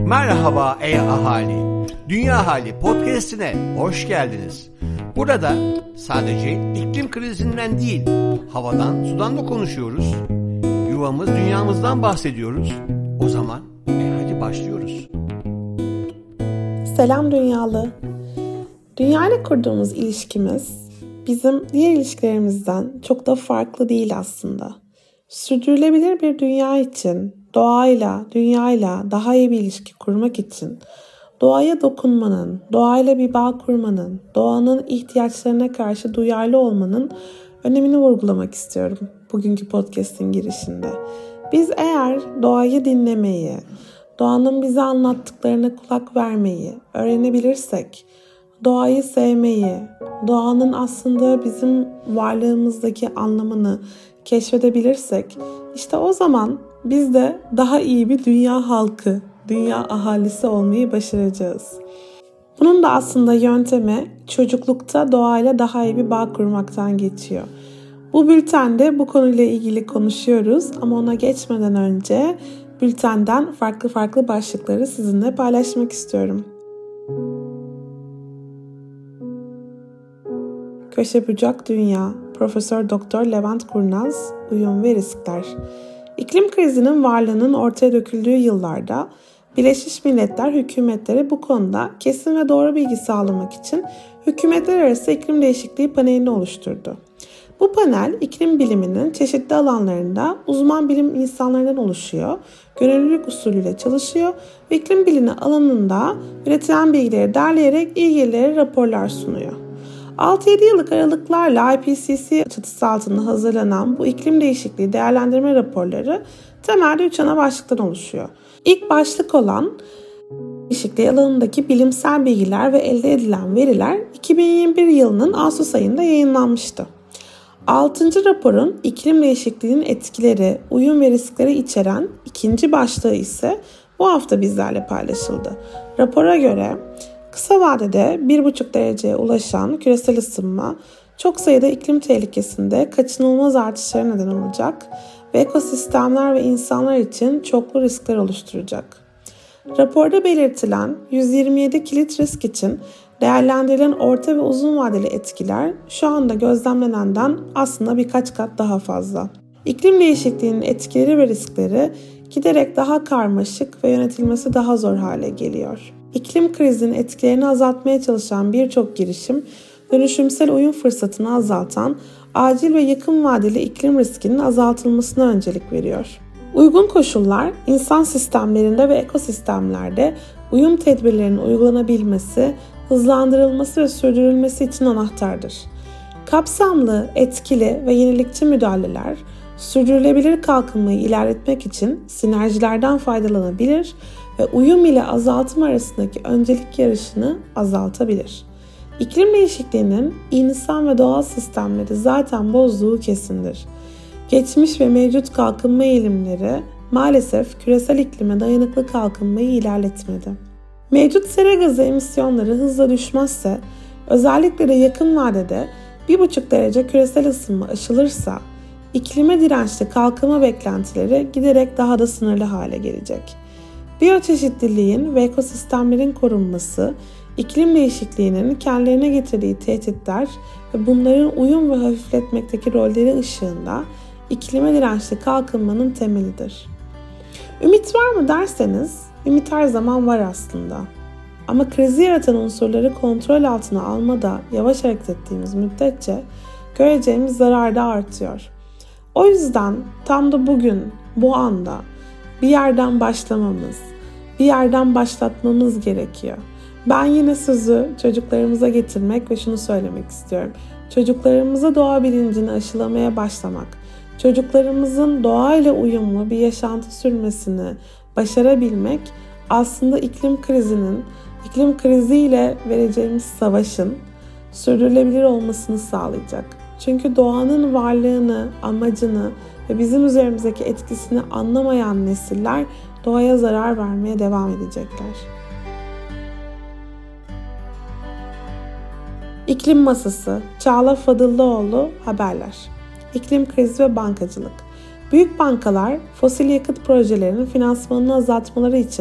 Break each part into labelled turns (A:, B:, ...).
A: Merhaba ey ahali, Dünya Hali Podcast'ine hoş geldiniz. Burada sadece iklim krizinden değil, havadan, sudan da konuşuyoruz. Yuvamız, dünyamızdan bahsediyoruz. O zaman hadi başlıyoruz.
B: Selam dünyalı. Dünyayla kurduğumuz ilişkimiz bizim diğer ilişkilerimizden çok da farklı değil aslında. Sürdürülebilir bir dünya için, doğayla, dünyayla daha iyi bir ilişki kurmak için doğaya dokunmanın, doğayla bir bağ kurmanın, doğanın ihtiyaçlarına karşı duyarlı olmanın önemini vurgulamak istiyorum bugünkü podcast'in girişinde. Biz eğer doğayı dinlemeyi, doğanın bize anlattıklarına kulak vermeyi öğrenebilirsek, doğayı sevmeyi, doğanın aslında bizim varlığımızdaki anlamını keşfedebilirsek, işte o zaman biz de daha iyi bir dünya halkı, dünya ahalisi olmayı başaracağız. Bunun da aslında yöntemi çocuklukta doğayla daha iyi bir bağ kurmaktan geçiyor. Bu bültende bu konuyla ilgili konuşuyoruz ama ona geçmeden önce bültenden farklı başlıkları sizinle paylaşmak istiyorum. Köşe Bucak Dünya, Profesör Doktor Levent Kurnaz, Uyum ve Riskler. İklim krizinin varlığının ortaya döküldüğü yıllarda Birleşmiş Milletler hükümetlere bu konuda kesin ve doğru bilgi sağlamak için hükümetler arası iklim değişikliği panelini oluşturdu. Bu panel iklim biliminin çeşitli alanlarında uzman bilim insanlarından oluşuyor, gönüllülük usulüyle çalışıyor ve iklim bilimi alanında üretilen bilgileri derleyerek ilgililere raporlar sunuyor. 6-7 yıllık aralıklarla IPCC çatısı altında hazırlanan bu iklim değişikliği değerlendirme raporları temelde 3 ana başlıktan oluşuyor. İlk başlık olan değişikliği alanındaki bilimsel bilgiler ve elde edilen veriler 2021 yılının Ağustos ayında yayınlanmıştı. 6. raporun iklim değişikliğinin etkileri, uyum ve riskleri içeren ikinci başlığı ise bu hafta bizlerle paylaşıldı. Rapora göre kısa vadede 1,5 dereceye ulaşan küresel ısınma çok sayıda iklim tehlikesinde kaçınılmaz artışlara neden olacak ve ekosistemler ve insanlar için çoklu riskler oluşturacak. Raporda belirtilen 127 kilit risk için değerlendirilen orta ve uzun vadeli etkiler şu anda gözlemlenenden aslında birkaç kat daha fazla. İklim değişikliğinin etkileri ve riskleri giderek daha karmaşık ve yönetilmesi daha zor hale geliyor. İklim krizinin etkilerini azaltmaya çalışan birçok girişim, dönüşümsel uyum fırsatını azaltan, acil ve yakın vadeli iklim riskinin azaltılmasına öncelik veriyor. Uygun koşullar, insan sistemlerinde ve ekosistemlerde uyum tedbirlerinin uygulanabilmesi, hızlandırılması ve sürdürülmesi için anahtardır. Kapsamlı, etkili ve yenilikçi müdahaleler, sürdürülebilir kalkınmayı ilerletmek için sinerjilerden faydalanabilir ve uyum ile azaltım arasındaki öncelik yarışını azaltabilir. İklim değişikliğinin insan ve doğal sistemleri zaten bozduğu kesindir. Geçmiş ve mevcut kalkınma eğilimleri maalesef küresel iklime dayanıklı kalkınmayı ilerletmedi. Mevcut sera gazı emisyonları hızla düşmezse, özellikle de yakın vadede 1,5 derece küresel ısınma aşılırsa, iklime dirençli kalkınma beklentileri giderek daha da sınırlı hale gelecek. Biyoçeşitliliğin ve ekosistemlerin korunması, iklim değişikliğinin kendilerine getirdiği tehditler ve bunların uyum ve hafifletmekteki rolleri ışığında iklime dirençli kalkınmanın temelidir. Ümit var mı derseniz, ümit her zaman var aslında. Ama krizi yaratan unsurları kontrol altına almada yavaş hareket ettiğimiz müddetçe göreceğimiz zarar da artıyor. O yüzden tam da bugün, bu anda bir yerden başlamamız, bir yerden başlatmamız gerekiyor. Ben yine sözü çocuklarımıza getirmek ve şunu söylemek istiyorum. Çocuklarımıza doğa bilincini aşılamaya başlamak, çocuklarımızın doğayla uyumlu bir yaşantı sürmesini başarabilmek aslında iklim kriziyle vereceğimiz savaşın sürdürülebilir olmasını sağlayacak. Çünkü doğanın varlığını, amacını ve bizim üzerimizdeki etkisini anlamayan nesiller doğaya zarar vermeye devam edecekler. İklim Masası, Çağla Fadıllıoğlu Haberler. İklim krizi ve bankacılık. Büyük bankalar fosil yakıt projelerinin finansmanını azaltmaları için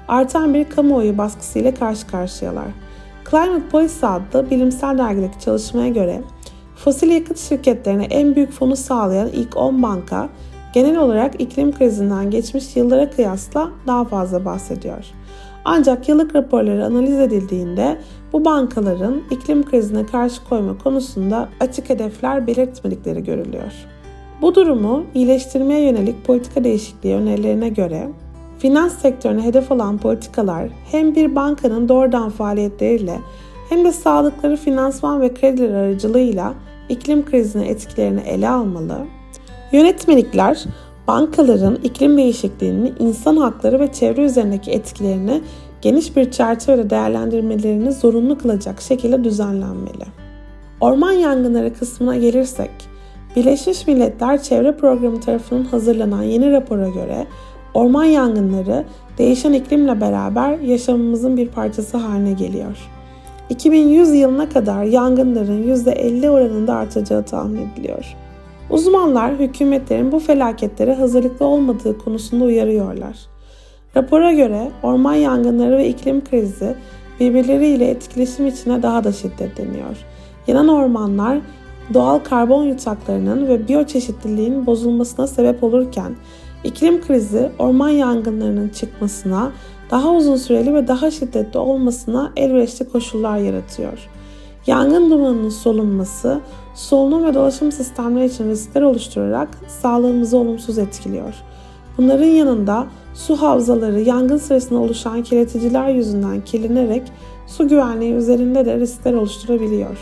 B: artan bir kamuoyu baskısıyla karşı karşıyalar. Climate Policy adlı bilimsel dergideki çalışmaya göre fosil yakıt şirketlerine en büyük fonu sağlayan ilk 10 banka genel olarak iklim krizinden geçmiş yıllara kıyasla daha fazla bahsediyor. Ancak yıllık raporları analiz edildiğinde bu bankaların iklim krizine karşı koyma konusunda açık hedefler belirtmedikleri görülüyor. Bu durumu iyileştirmeye yönelik politika değişikliği önerilerine göre finans sektörüne hedef alan politikalar hem bir bankanın doğrudan faaliyetleriyle hem de sağladıkları finansman ve krediler aracılığıyla iklim krizine etkilerini ele almalı. Yönetmelikler, bankaların iklim değişikliğinin insan hakları ve çevre üzerindeki etkilerini geniş bir çerçevede değerlendirmelerini zorunlu kılacak şekilde düzenlenmeli. Orman yangınları kısmına gelirsek, Birleşmiş Milletler Çevre Programı tarafından hazırlanan yeni rapora göre orman yangınları değişen iklimle beraber yaşamımızın bir parçası haline geliyor. 2100 yılına kadar yangınların %50 oranında artacağı tahmin ediliyor. Uzmanlar hükümetlerin bu felaketlere hazırlıklı olmadığı konusunda uyarıyorlar. Rapora göre orman yangınları ve iklim krizi birbirleriyle etkileşim içine daha da şiddetleniyor. Yanan ormanlar doğal karbon yutaklarının ve biyoçeşitliliğin bozulmasına sebep olurken iklim krizi orman yangınlarının çıkmasına, daha uzun süreli ve daha şiddetli olmasına elverişli koşullar yaratıyor. Yangın dumanının solunması, solunum ve dolaşım sistemleri için riskler oluşturarak sağlığımızı olumsuz etkiliyor. Bunların yanında su havzaları yangın sırasında oluşan kirleticiler yüzünden kirlenerek su güvenliği üzerinde de riskler oluşturabiliyor.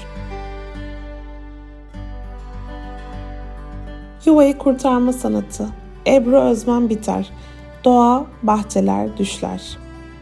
B: Yuvayı kurtarma sanatı. Ebru Özmen Biter. Doğa, Bahçeler, Düşler.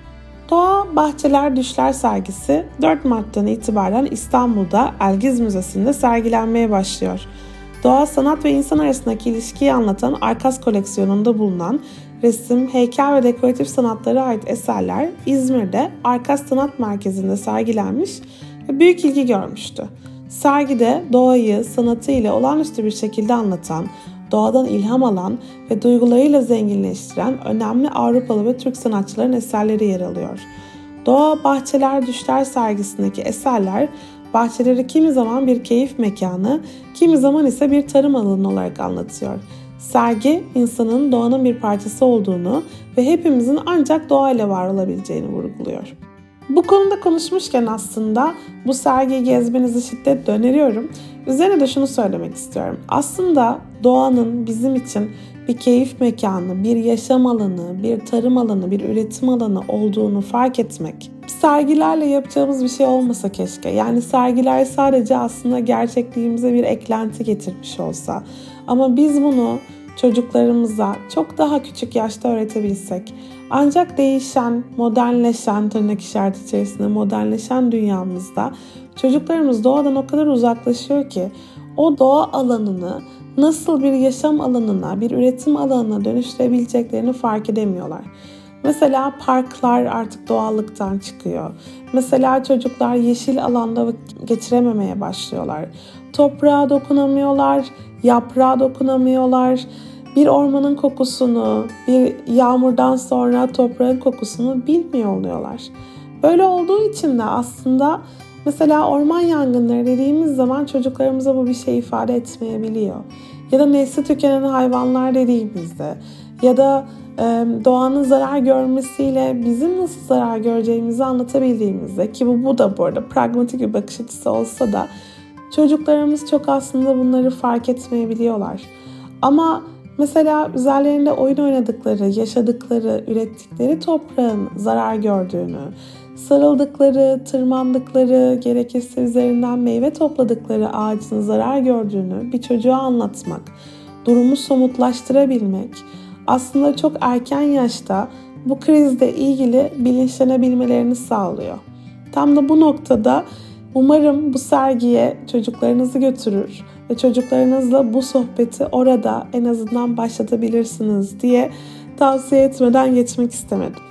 B: Doğa, Bahçeler, Düşler sergisi 4 Mart'tan itibaren İstanbul'da Elgiz Müzesi'nde sergilenmeye başlıyor. Doğa, sanat ve insan arasındaki ilişkiyi anlatan Arkas koleksiyonunda bulunan resim, heykel ve dekoratif sanatlara ait eserler İzmir'de Arkas Sanat Merkezi'nde sergilenmiş ve büyük ilgi görmüştü. Sergide doğayı sanatı ile olağanüstü bir şekilde anlatan, doğadan ilham alan ve duygularıyla zenginleştiren önemli Avrupalı ve Türk sanatçıların eserleri yer alıyor. Doğa, Bahçeler, Düşler sergisindeki eserler, bahçeleri kimi zaman bir keyif mekanı, kimi zaman ise bir tarım alanı olarak anlatıyor. Sergi, insanın doğanın bir parçası olduğunu ve hepimizin ancak doğayla var olabileceğini vurguluyor. Bu konuda konuşmuşken aslında bu sergiyi gezmenizi şiddetle öneriyorum. Üzerine de şunu söylemek istiyorum. Aslında doğanın bizim için bir keyif mekanı, bir yaşam alanı, bir tarım alanı, bir üretim alanı olduğunu fark etmek. Sergilerle yapacağımız bir şey olmasa keşke. Yani sergiler sadece aslında gerçekliğimize bir eklenti getirmiş olsa. Ama biz bunu çocuklarımıza çok daha küçük yaşta öğretebilsek. Ancak değişen, modernleşen, tırnak işareti içerisinde modernleşen dünyamızda çocuklarımız doğadan o kadar uzaklaşıyor ki o doğa alanını nasıl bir yaşam alanına, bir üretim alanına dönüştürebileceklerini fark edemiyorlar. Mesela parklar artık doğallıktan çıkıyor. Mesela çocuklar yeşil alanda geçirememeye başlıyorlar. Toprağa dokunamıyorlar, yaprağa dokunamıyorlar. Bir ormanın kokusunu, bir yağmurdan sonra toprağın kokusunu bilmiyor oluyorlar. Böyle olduğu için de aslında mesela orman yangınları dediğimiz zaman çocuklarımıza bu bir şey ifade etmeyebiliyor. Ya da nesli tükenen hayvanlar dediğimizde ya da doğanın zarar görmesiyle bizim nasıl zarar göreceğimizi anlatabildiğimizde, ki bu da bu arada pragmatik bir bakış açısı olsa da çocuklarımız çok aslında bunları fark etmeyebiliyorlar. Ama mesela üzerlerinde oyun oynadıkları, yaşadıkları, ürettikleri toprağın zarar gördüğünü, sarıldıkları, tırmandıkları, gerekirse üzerinden meyve topladıkları ağacın zarar gördüğünü bir çocuğa anlatmak, durumu somutlaştırabilmek, aslında çok erken yaşta bu krizle ilgili bilinçlenebilmelerini sağlıyor. Tam da bu noktada umarım bu sergiye çocuklarınızı götürür ve çocuklarınızla bu sohbeti orada en azından başlatabilirsiniz diye tavsiye etmeden geçmek istemedim.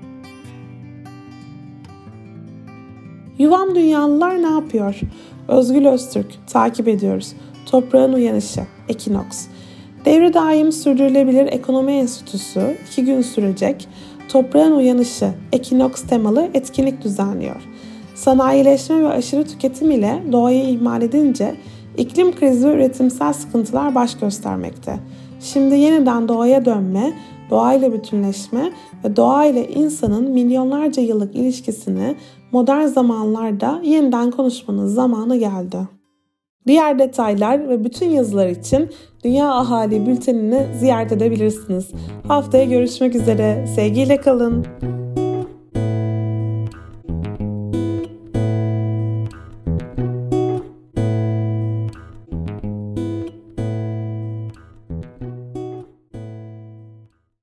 B: Yuvam Dünyalılar ne yapıyor? Özgül Öztürk, takip ediyoruz. Toprağın Uyanışı, Ekinoks. Devri daim Sürdürülebilir Ekonomi Enstitüsü 2 gün sürecek Toprağın Uyanışı, Ekinoks temalı etkinlik düzenliyor. Sanayileşme ve aşırı tüketim ile doğayı ihmal edince iklim krizi ve üretimsel sıkıntılar baş göstermekte. Şimdi yeniden doğaya dönme, doğayla bütünleşme ve doğayla insanın milyonlarca yıllık ilişkisini modern zamanlarda yeniden konuşmanın zamanı geldi. Diğer detaylar ve bütün yazılar için Dünya Ahali Bülteni'ni ziyaret edebilirsiniz. Haftaya görüşmek üzere. Sevgiyle kalın.